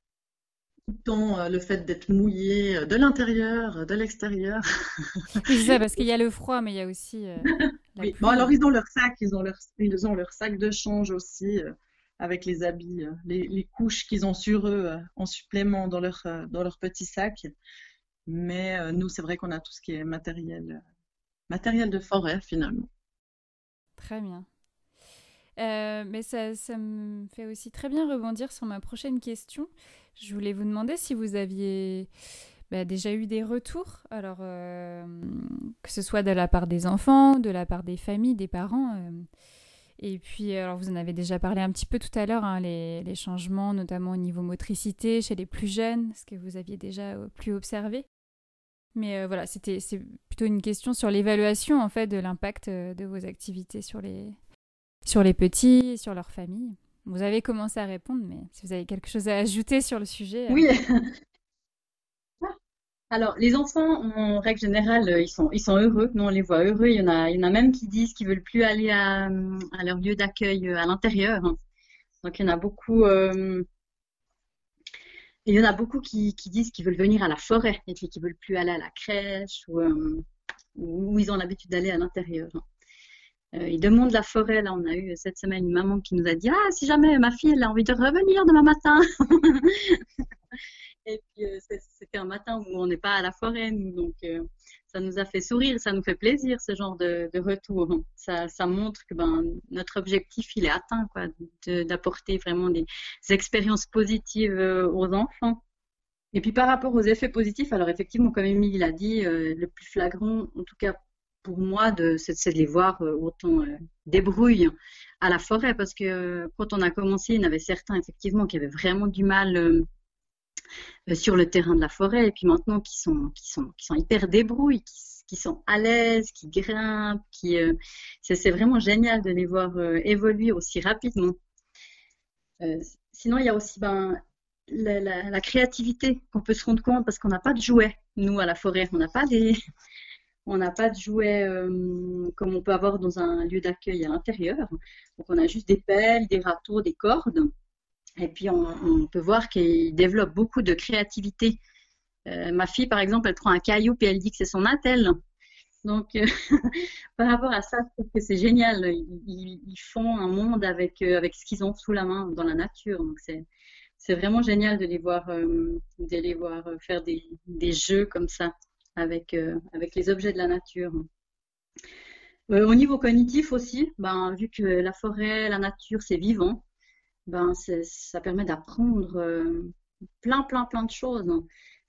Tant euh, le fait d'être mouillé euh, de l'intérieur, euh, de l'extérieur. Oui, c'est ça, parce qu'il y a le froid, mais il y a aussi euh, la Oui, bon pluie. alors ils ont leur sac, ils ont leur, ils ont leur sac de change aussi, euh, avec les habits, euh, les, les couches qu'ils ont sur eux euh, en supplément dans leur, euh, dans leur petit sac. Mais euh, nous, c'est vrai qu'on a tout ce qui est matériel, euh, matériel de forêt finalement. Très bien. Euh, mais ça, ça me fait aussi très bien rebondir sur ma prochaine question. Je voulais vous demander si vous aviez bah, déjà eu des retours, alors euh, que ce soit de la part des enfants, de la part des familles, des parents. euh, et puis, alors vous en avez déjà parlé un petit peu tout à l'heure, hein, les, les changements, notamment au niveau motricité chez les plus jeunes, ce que vous aviez déjà euh, pu observer. Mais euh, voilà, c'était, c'est plutôt une question sur l'évaluation en fait de l'impact euh, de vos activités sur les, sur les petits et sur leur famille. Vous avez commencé à répondre, mais si vous avez quelque chose à ajouter sur le sujet. euh, Oui, alors les enfants, en règle générale, euh, ils sont, ils sont heureux. Nous, on les voit heureux. Il y en a, il y en a même qui disent qu'ils veulent plus aller à, à leur lieu d'accueil euh, à l'intérieur. Donc, il y en a beaucoup, euh, il y en a beaucoup qui, qui disent qu'ils veulent venir à la forêt et puis qu'ils veulent plus aller à la crèche ou euh, où ils ont l'habitude d'aller à l'intérieur. Euh, ils demandent la forêt. Là, on a eu cette semaine une maman qui nous a dit, ah, si jamais ma fille elle a envie de revenir demain matin. Et puis, euh, c'est- c'était un matin où on n'est pas à la forêt, nous, donc euh, ça nous a fait sourire, ça nous fait plaisir, ce genre de, de retour. Ça, ça montre que ben, notre objectif, il est atteint, quoi, de- d'apporter vraiment des expériences positives euh, aux enfants. Et puis, par rapport aux effets positifs, alors effectivement, comme Émilie l'a dit, euh, le plus flagrant, en tout cas pour moi, de- c'est c'est de les voir euh, autant euh, débrouille à la forêt, parce que euh, quand on a commencé, il y en avait certains, effectivement, qui avaient vraiment du mal. Euh, euh, sur le terrain de la forêt, et puis maintenant qui sont, qui sont, qui sont hyper débrouilles, qui, qui sont à l'aise, qui grimpent, qui, euh, c'est, c'est vraiment génial de les voir euh, évoluer aussi rapidement. Euh, Sinon, il y a aussi ben, la, la- la créativité qu'on peut se rendre compte parce qu'on n'a pas de jouets, nous, à la forêt. On n'a pas des, on n'a pas de jouets euh, comme on peut avoir dans un lieu d'accueil à l'intérieur. Donc, on a juste des pelles, des râteaux, des cordes. Et puis, on, on peut voir qu'ils développent beaucoup de créativité. Euh, ma fille, par exemple, elle prend un caillou et elle dit que c'est son attel. Donc, euh, par rapport à ça, je trouve que c'est génial. Ils, ils font un monde avec, euh, avec ce qu'ils ont sous la main dans la nature. Donc, c'est, c'est vraiment génial de les voir, euh, de les voir faire des, des jeux comme ça avec, euh, avec les objets de la nature. Euh, au niveau cognitif aussi, ben, vu que la forêt, la nature, c'est vivant, ben, c'est- ça permet d'apprendre euh, plein, plein, plein de choses.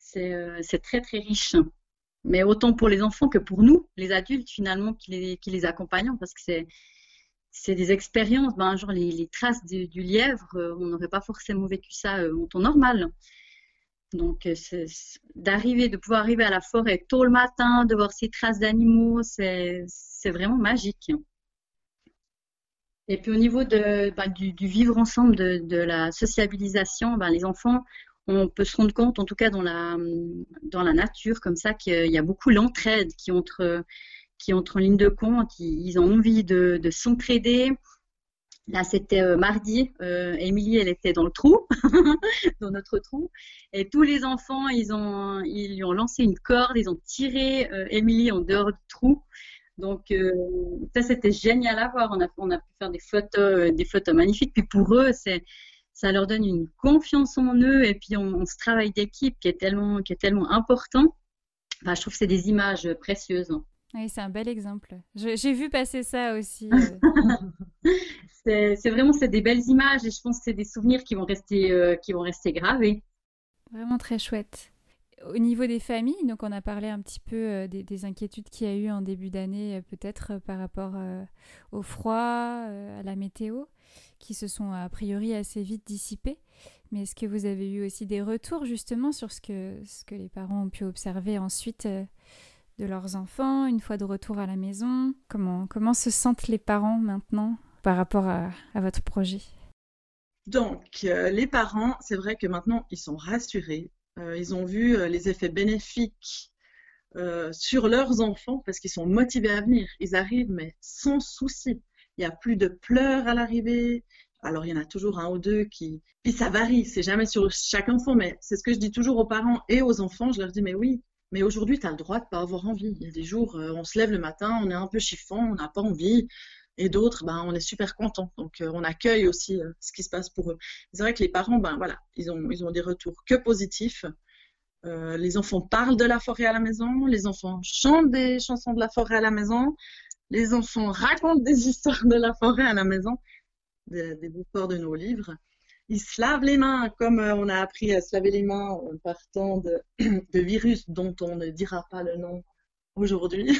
C'est, euh, c'est très très riche. Mais autant pour les enfants que pour nous, les adultes finalement qui les, qui les accompagnons, parce que c'est, c'est des expériences, ben, genre les, les traces du, du lièvre, euh, on n'aurait pas forcément vécu ça euh, en temps normal. Donc, euh, c'est- c'est- d'arriver, de pouvoir arriver à la forêt tôt le matin, de voir ces traces d'animaux, c'est, c'est vraiment magique. Et puis au niveau de, ben, du, du vivre ensemble, de, de la sociabilisation, ben, les enfants, on peut se rendre compte, en tout cas dans la, dans la nature, comme ça, qu'il y a beaucoup l'entraide qui entre, qui entre en ligne de compte. Ils, ils ont envie de, de s'entraider. Là, c'était euh, mardi. Euh, Émilie, elle était dans le trou, dans notre trou. Et tous les enfants, ils ont, ils lui ont lancé une corde, ils ont tiré euh, Émilie en dehors du trou. Donc, euh, ça, c'était génial à voir. On a, on a pu faire des photos, euh, des photos magnifiques. Puis pour eux, c'est, ça leur donne une confiance en eux. Et puis, on, on se travaille d'équipe qui est tellement, qui est tellement important. Enfin, je trouve que c'est des images précieuses. Oui, c'est un bel exemple. Je- j'ai vu passer ça aussi. euh. C'est, c'est vraiment, c'est des belles images et je pense que c'est des souvenirs qui vont rester, euh, qui vont rester gravés. Vraiment très chouette. Au niveau des familles, donc on a parlé un petit peu euh, des, des inquiétudes qu'il y a eu en début d'année, euh, peut-être euh, par rapport euh, au froid, euh, à la météo, qui se sont a priori assez vite dissipées. Mais est-ce que vous avez eu aussi des retours justement sur ce que, ce que les parents ont pu observer ensuite euh, de leurs enfants, une fois de retour à la maison? Comment, comment se sentent les parents maintenant par rapport à, à votre projet? Donc, euh, les parents, c'est vrai que maintenant, ils sont rassurés. Euh, ils ont vu euh, les effets bénéfiques euh, sur leurs enfants parce qu'ils sont motivés à venir. Ils arrivent, mais sans souci. Il n'y a plus de pleurs à l'arrivée. Alors, il y en a toujours un ou deux qui... Puis ça varie, c'est jamais sur chaque enfant, mais c'est ce que je dis toujours aux parents et aux enfants. Je leur dis, mais oui, mais aujourd'hui, tu as le droit de pas avoir envie. Il y a des jours, euh, on se lève le matin, on est un peu chiffon, on n'a pas envie. Et d'autres, ben, on est super content. Donc, euh, on accueille aussi euh, ce qui se passe pour eux. C'est vrai que les parents, ben, voilà, ils ont, ils ont des retours que positifs. Euh, les enfants parlent de la forêt à la maison, les enfants chantent des chansons de la forêt à la maison, les enfants racontent des histoires de la forêt à la maison, des, des histoires de nos livres. Ils se lavent les mains comme euh, on a appris à se laver les mains en partant de, de virus dont on ne dira pas le nom aujourd'hui.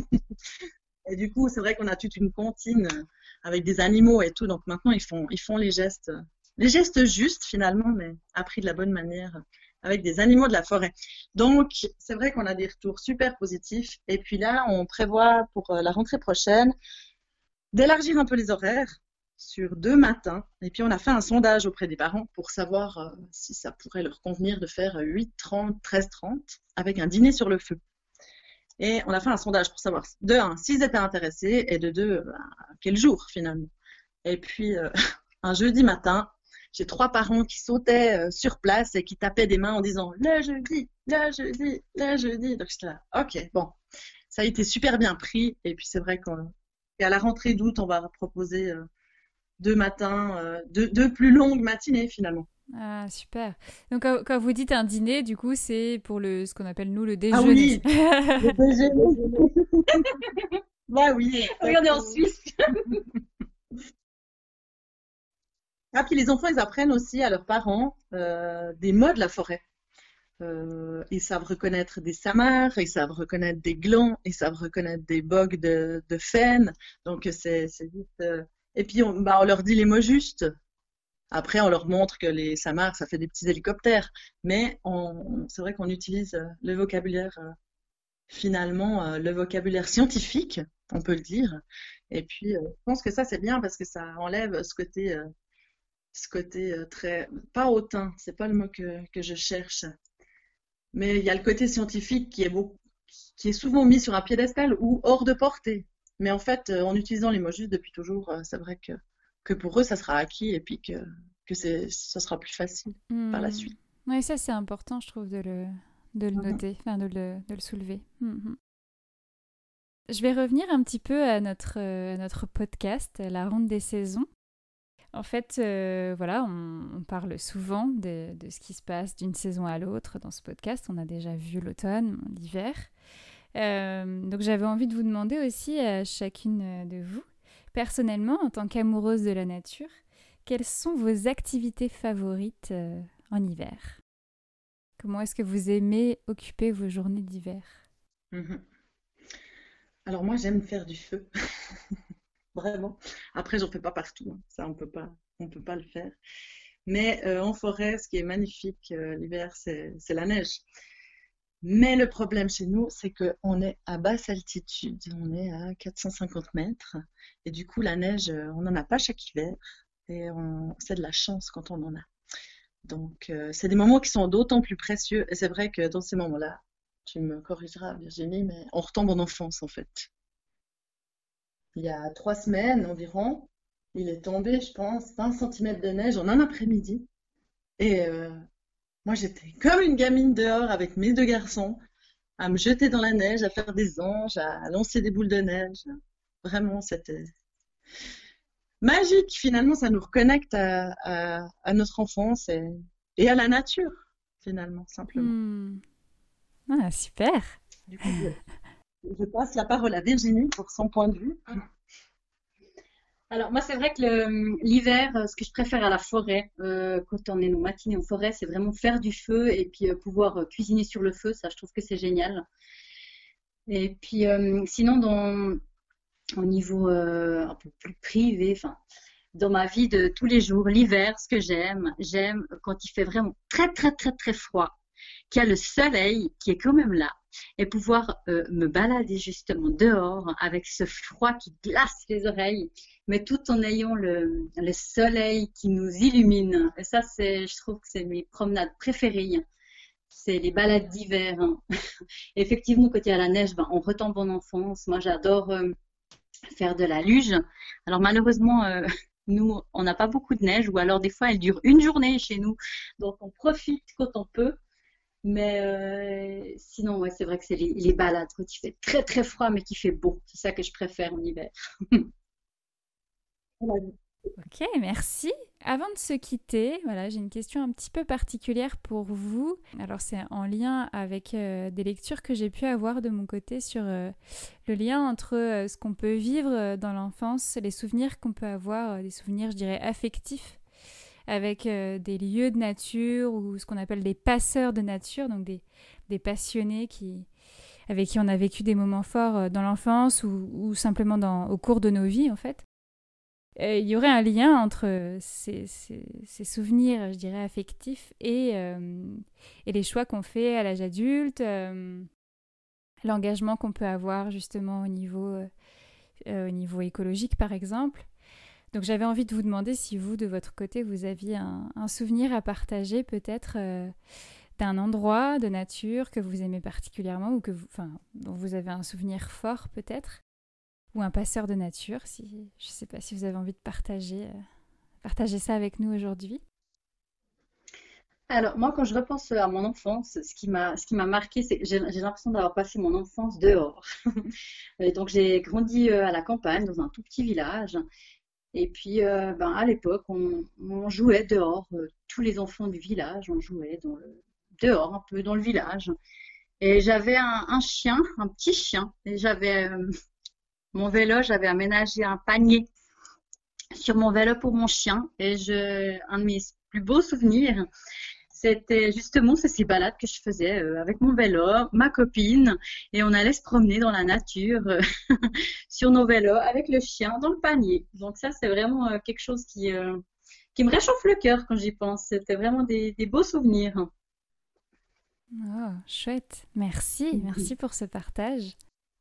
Et du coup, c'est vrai qu'on a toute une comptine avec des animaux et tout. Donc maintenant, ils font, ils font les gestes, les gestes justes finalement, mais appris de la bonne manière avec des animaux de la forêt. Donc, c'est vrai qu'on a des retours super positifs. Et puis là, on prévoit pour la rentrée prochaine d'élargir un peu les horaires sur deux matins. Et puis, on a fait un sondage auprès des parents pour savoir euh, si ça pourrait leur convenir de faire huit heures trente, treize heures trente avec un dîner sur le feu. Et on a fait un sondage pour savoir, de un, s'ils étaient intéressés, et de deux, bah, quel jour finalement. Et puis, euh, un jeudi matin, j'ai trois parents qui sautaient euh, sur place et qui tapaient des mains en disant le jeudi, le jeudi, le jeudi. Donc j'étais là, ok, bon, ça a été super bien pris. Et puis c'est vrai qu'à la rentrée d'août, on va proposer euh, deux matins, euh, deux, deux plus longues matinées finalement. Ah, super. Donc, quand, quand vous dites un dîner, du coup, c'est pour le, ce qu'on appelle, nous, le Ah déjeuner. oui, le déjeuner. Bah oui. Regardez en Suisse. Ah, puis les enfants, ils apprennent aussi à leurs parents euh, des mots de la forêt. Euh, ils savent reconnaître des samars, ils savent reconnaître des glands, ils savent reconnaître des bogues de, de faine. Donc, c'est c'est juste. euh, Et puis, on, bah, on leur dit les mots justes. Après, on leur montre que les samars, ça fait des petits hélicoptères. Mais on- c'est vrai qu'on utilise euh, le vocabulaire, euh, finalement, euh, le vocabulaire scientifique, on peut le dire. Et puis, euh, je pense que ça, c'est bien parce que ça enlève ce côté, euh, ce côté euh, très. Pas hautain, c'est pas le mot que, que je cherche. Mais il y a le côté scientifique qui est, beaucoup, qui est souvent mis sur un piédestal ou hors de portée. Mais en fait, euh, en utilisant les mots justes depuis toujours, euh, c'est vrai que, que pour eux, ça sera acquis et puis que, que c'est, ça sera plus facile par la Hmm. suite. Oui, ça, c'est important, je trouve, de le, de le Mhm. noter, enfin, de le, de le soulever. Mhm. Je vais revenir un petit peu à notre, euh, à notre podcast, La Ronde des Saisons. En fait, euh, voilà, on, on parle souvent de, de ce qui se passe d'une saison à l'autre dans ce podcast. On a déjà vu l'automne, l'hiver. Euh, donc j'avais envie de vous demander aussi à chacune de vous, personnellement, en tant qu'amoureuse de la nature, quelles sont vos activités favorites euh, en hiver? Comment est-ce que vous aimez occuper vos journées d'hiver? Mhm. Alors moi, j'aime faire du feu, vraiment. Après, j'en fais pas partout, hein. Ça, on peut pas, on peut pas le faire. Mais euh, en forêt, ce qui est magnifique euh, l'hiver, c'est, c'est la neige. Mais le problème chez nous, c'est qu'on est à basse altitude, on est à quatre cent cinquante mètres. Et du coup, la neige, euh, on n'en a pas chaque hiver. Et on- c'est de la chance quand on en a. Donc, euh, c'est des moments qui sont d'autant plus précieux. Et c'est vrai que dans ces moments-là, tu me corrigeras, Virginie, mais on retombe en enfance, en fait. Il y a trois semaines environ, il est tombé, je pense, vingt centimètres de neige en un après-midi. Et euh, moi, j'étais comme une gamine dehors avec mes deux garçons, à me jeter dans la neige, à faire des anges, à lancer des boules de neige. Vraiment, c'était magique. Finalement, ça nous reconnecte à, à- à notre enfance et, et à la nature, finalement, simplement. Hmm. Ah, super. Du coup, je, je passe la parole à Virginie pour son point de vue. Alors moi, c'est vrai que le- l'hiver, euh, ce que je préfère à la forêt, euh, quand on est nos matinées en forêt, c'est vraiment faire du feu et puis euh, pouvoir euh, cuisiner sur le feu. Ça, je trouve que c'est génial. Et puis euh, sinon, dans, au niveau euh, un peu plus privé, enfin, dans ma vie de tous les jours, l'hiver, ce que j'aime, j'aime quand il fait vraiment très très très très froid, qu'il y a le soleil qui est quand même là, et pouvoir euh, me balader justement dehors avec ce froid qui glace les oreilles, mais tout en ayant le, le soleil qui nous illumine. Et ça, c'est, je trouve que c'est mes promenades préférées. C'est les balades d'hiver, hein. Effectivement, quand il y a la neige, ben, on retombe en enfance. Moi, j'adore euh, faire de la luge. Alors malheureusement, euh, nous, on n'a pas beaucoup de neige, ou alors des fois, elle dure une journée chez nous. Donc on profite quand on peut. Mais euh, sinon, ouais, c'est vrai que c'est les, les balades quand il fait très très froid, mais qu'il fait beau. C'est ça que je préfère en hiver. Voilà. Ok, merci. Avant de se quitter, voilà, j'ai une question un petit peu particulière pour vous. Alors c'est en lien avec euh, des lectures que j'ai pu avoir de mon côté sur euh, le lien entre euh, ce qu'on peut vivre euh, dans l'enfance, les souvenirs qu'on peut avoir, euh, des souvenirs, je dirais, affectifs, avec euh, des lieux de nature ou ce qu'on appelle des passeurs de nature, donc des, des passionnés qui, avec qui on a vécu des moments forts euh, dans l'enfance ou, ou simplement dans, au cours de nos vies en fait. Euh, il y aurait un lien entre ces, ces, ces souvenirs, je dirais, affectifs et, euh, et les choix qu'on fait à l'âge adulte, euh, l'engagement qu'on peut avoir justement au niveau, euh, au niveau écologique, par exemple. Donc j'avais envie de vous demander si vous, de votre côté, vous aviez un, un souvenir à partager peut-être euh, d'un endroit de nature que vous aimez particulièrement ou que vous, enfin, dont vous avez un souvenir fort peut-être, ou un passeur de nature, si, je ne sais pas si vous avez envie de partager, euh, partager ça avec nous aujourd'hui. Alors moi, quand je repense à mon enfance, ce qui m'a, ce qui m'a marqué, c'est que j'ai, j'ai l'impression d'avoir passé mon enfance dehors. Et donc j'ai grandi euh, à la campagne, dans un tout petit village. Et puis, euh, ben, à l'époque, on, on jouait dehors. Euh, tous les enfants du village, on jouait dans le, dehors, un peu dans le village. Et j'avais un, un chien, un petit chien. Et j'avais euh, mon vélo, j'avais aménagé un panier sur mon vélo pour mon chien. Et je, un de mes plus beaux souvenirs, c'était justement c'est ces balades que je faisais euh, avec mon vélo, ma copine, et on allait se promener dans la nature euh, sur nos vélos avec le chien dans le panier. Donc ça, c'est vraiment euh, quelque chose qui, euh, qui me réchauffe le cœur quand j'y pense. C'était vraiment des, des beaux souvenirs. Oh, chouette. Merci, merci pour ce partage.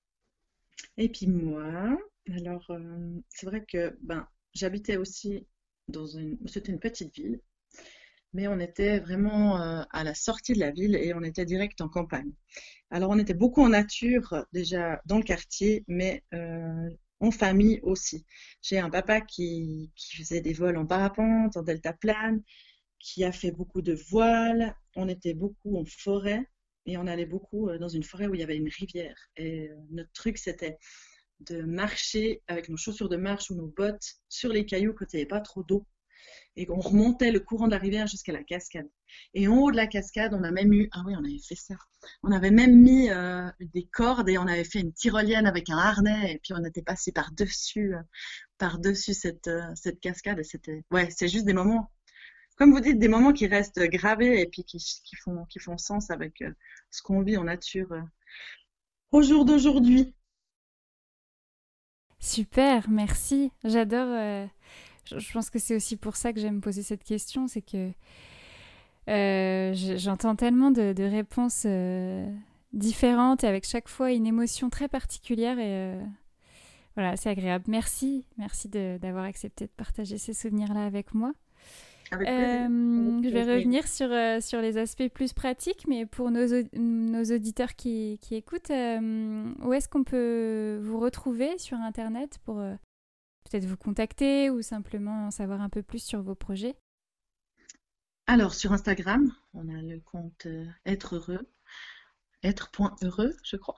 Et puis moi, alors euh, c'est vrai que ben, j'habitais aussi dans une, c'était une petite ville, mais on était vraiment euh, à la sortie de la ville et on était direct en campagne. Alors on était beaucoup en nature déjà dans le quartier, mais euh, en famille aussi. J'ai un papa qui, qui faisait des vols en parapente, en deltaplane, qui a fait beaucoup de voiles. On était beaucoup en forêt et on allait beaucoup euh, dans une forêt où il y avait une rivière. Et euh, notre truc, c'était de marcher avec nos chaussures de marche ou nos bottes sur les cailloux quand il n'y avait pas trop d'eau. Et on remontait le courant de la rivière jusqu'à la cascade. Et en haut de la cascade, on a même eu, ah oui, on avait fait ça. On avait même mis euh, des cordes et on avait fait une tyrolienne avec un harnais. Et puis on était passé par-dessus, euh, par-dessus cette, euh, cette cascade. Et c'était, ouais, c'est juste des moments comme vous dites, des moments qui restent gravés et puis qui, qui font, qui font sens avec euh, ce qu'on vit en nature euh, au jour d'aujourd'hui. Super, merci. J'adore. euh, je, je pense que c'est aussi pour ça que j'aime poser cette question, c'est que euh, je- j'entends tellement de, de réponses euh, différentes et avec chaque fois une émotion très particulière et euh, voilà, c'est agréable. Merci, merci de- d'avoir accepté de partager ces souvenirs-là avec moi. Avec plaisir. Euh, je vais plaisir. revenir sur, euh, sur les aspects plus pratiques, mais pour nos, au- nos auditeurs qui, qui écoutent, euh, où est-ce qu'on peut vous retrouver sur Internet pour euh, peut-être vous contacter ou simplement en savoir un peu plus sur vos projets? Alors, sur Instagram, on a le compte euh, Être Heureux, être.heureux, je crois.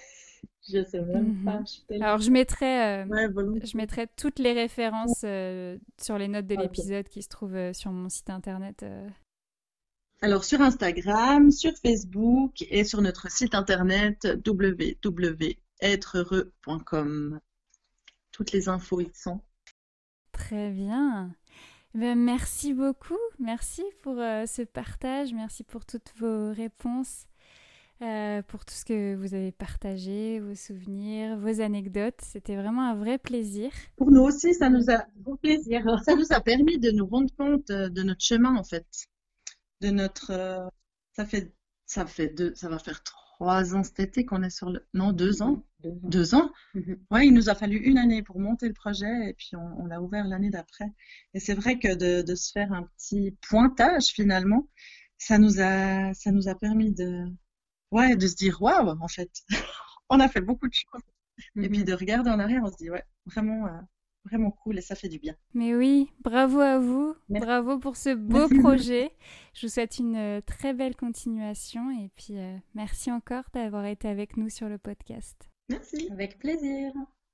Je sais même Mhm. pas. Je suis tellement- Alors, je mettrai, euh, Ouais, volontiers. je mettrai toutes les références euh, sur les notes de Ok. l'épisode qui se trouvent euh, sur mon site internet. euh. Alors, sur Instagram, sur Facebook et sur notre site internet w w w point être heureux point com. Toutes les infos y sont. Très bien. Ben, merci beaucoup. Merci pour euh, ce partage. Merci pour toutes vos réponses, euh, pour tout ce que vous avez partagé, vos souvenirs, vos anecdotes. C'était vraiment un vrai plaisir. Pour nous aussi, ça nous a au plaisir. Ça nous a permis de nous rendre compte euh, de notre chemin, en fait. De notre. euh, ça fait, ça fait deux, ça va faire trois ans cet été qu'on est sur le. Non, deux ans. Deux ans. Deux ans. Mhm. Ouais, il nous a fallu une année pour monter le projet et puis on, on l'a ouvert l'année d'après. Et c'est vrai que de, de se faire un petit pointage finalement, ça nous a, ça nous a permis de, ouais, de se dire waouh, en fait, on a fait beaucoup de choses. Et puis Mhm. de regarder en arrière, on se dit ouais, vraiment, euh, vraiment cool et ça fait du bien. Mais oui, bravo à vous. Merci. Bravo pour ce beau Merci. projet. Je vous souhaite une euh, très belle continuation et puis euh, merci encore d'avoir été avec nous sur le podcast. Merci. Avec plaisir.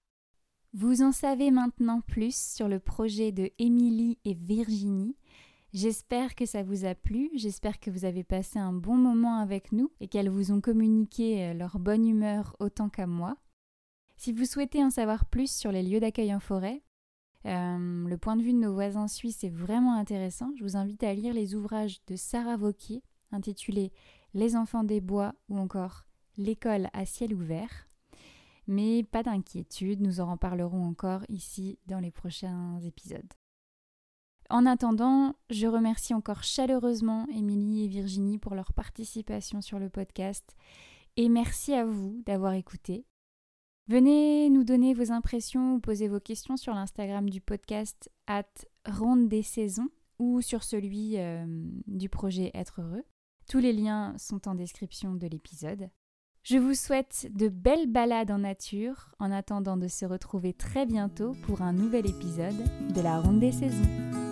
Vous en savez maintenant plus sur le projet de Émilie et Virginie. J'espère que ça vous a plu, j'espère que vous avez passé un bon moment avec nous et qu'elles vous ont communiqué euh, leur bonne humeur autant qu'à moi. Si vous souhaitez en savoir plus sur les lieux d'accueil en forêt, euh, le point de vue de nos voisins suisses est vraiment intéressant. Je vous invite à lire les ouvrages de Sarah Wauquiez, intitulés Les enfants des bois ou encore L'école à ciel ouvert. Mais pas d'inquiétude, nous en reparlerons encore ici dans les prochains épisodes. En attendant, je remercie encore chaleureusement Émilie et Virginie pour leur participation sur le podcast et merci à vous d'avoir écouté. Venez nous donner vos impressions ou poser vos questions sur l'Instagram du podcast arobase ronde des saisons ou sur celui euh, du projet Être Heureux. Tous les liens sont en description de l'épisode. Je vous souhaite de belles balades en nature en attendant de se retrouver très bientôt pour un nouvel épisode de la Ronde des Saisons.